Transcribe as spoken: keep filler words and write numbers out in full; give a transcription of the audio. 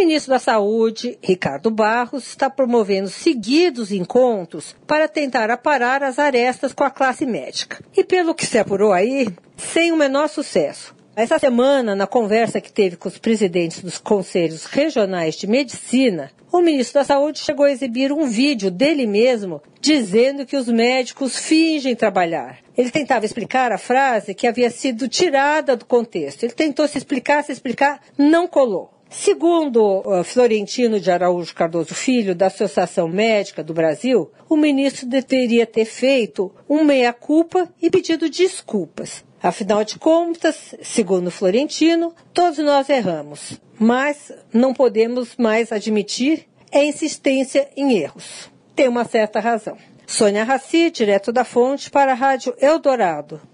ministro da Saúde, Ricardo Barros, está promovendo seguidos encontros para tentar aparar as arestas com a classe médica. E pelo que se apurou aí, sem o menor sucesso. Essa semana, na conversa que teve com os presidentes dos conselhos regionais de medicina, o ministro da Saúde chegou a exibir um vídeo dele mesmo dizendo que os médicos fingem trabalhar. Ele tentava explicar a frase que havia sido tirada do contexto. Ele tentou se explicar, se explicar, não colou. Segundo uh, Florentino de Araújo Cardoso Filho, da Associação Médica do Brasil, o ministro deveria ter feito um meia-culpa e pedido desculpas. Afinal de contas, segundo Florentino, todos nós erramos, mas não podemos mais admitir a insistência em erros. Tem uma certa razão. Sônia Raci, direto da Fonte, para a Rádio Eldorado.